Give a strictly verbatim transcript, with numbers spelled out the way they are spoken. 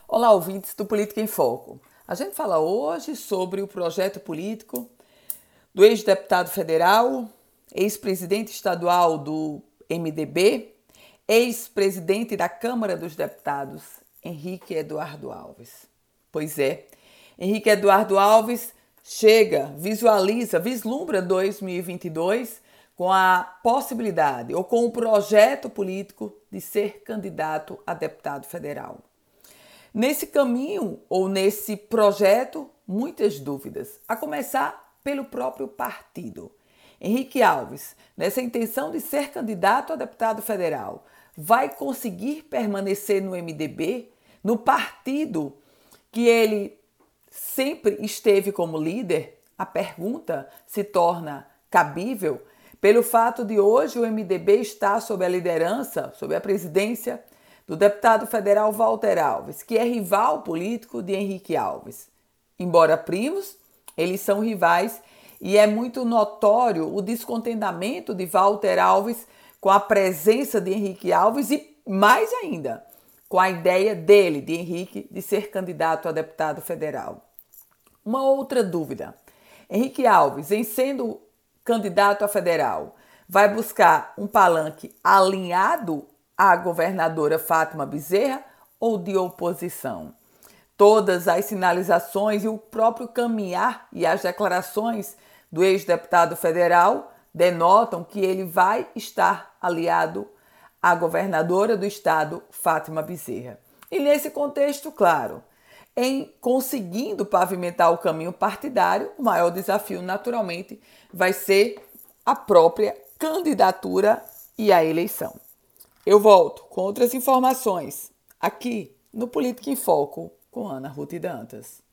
Olá, ouvintes do Política em Foco. A gente fala hoje sobre o projeto político do ex-deputado federal, ex-presidente estadual do M D B, ex-presidente da Câmara dos Deputados, Henrique Eduardo Alves. Pois é, Henrique Eduardo Alves chega, visualiza, vislumbra dois mil e vinte e dois com a possibilidade ou com o projeto político de ser candidato a deputado federal. Nesse caminho ou nesse projeto, muitas dúvidas, a começar pelo próprio partido. Henrique Alves, nessa intenção de ser candidato a deputado federal, vai conseguir permanecer no M D B, no partido que ele sempre esteve como líder? A pergunta se torna cabível pelo fato de hoje o M D B estar sob a liderança, sob a presidência do deputado federal Walter Alves, que é rival político de Henrique Alves. Embora primos, eles são rivais e é muito notório o descontentamento de Walter Alves com a presença de Henrique Alves e, mais ainda, com a ideia dele, de Henrique, de ser candidato a deputado federal. Uma outra dúvida. Henrique Alves, em sendo candidato a federal, vai buscar um palanque alinhado à governadora Fátima Bezerra ou de oposição? Todas as sinalizações e o próprio caminhar e as declarações do ex-deputado federal denotam que ele vai estar aliado à governadora do estado, Fátima Bezerra. E nesse contexto, claro, em conseguindo pavimentar o caminho partidário, o maior desafio, naturalmente, vai ser a própria candidatura e a eleição. Eu volto com outras informações aqui no Política em Foco com Ana Ruth Dantas.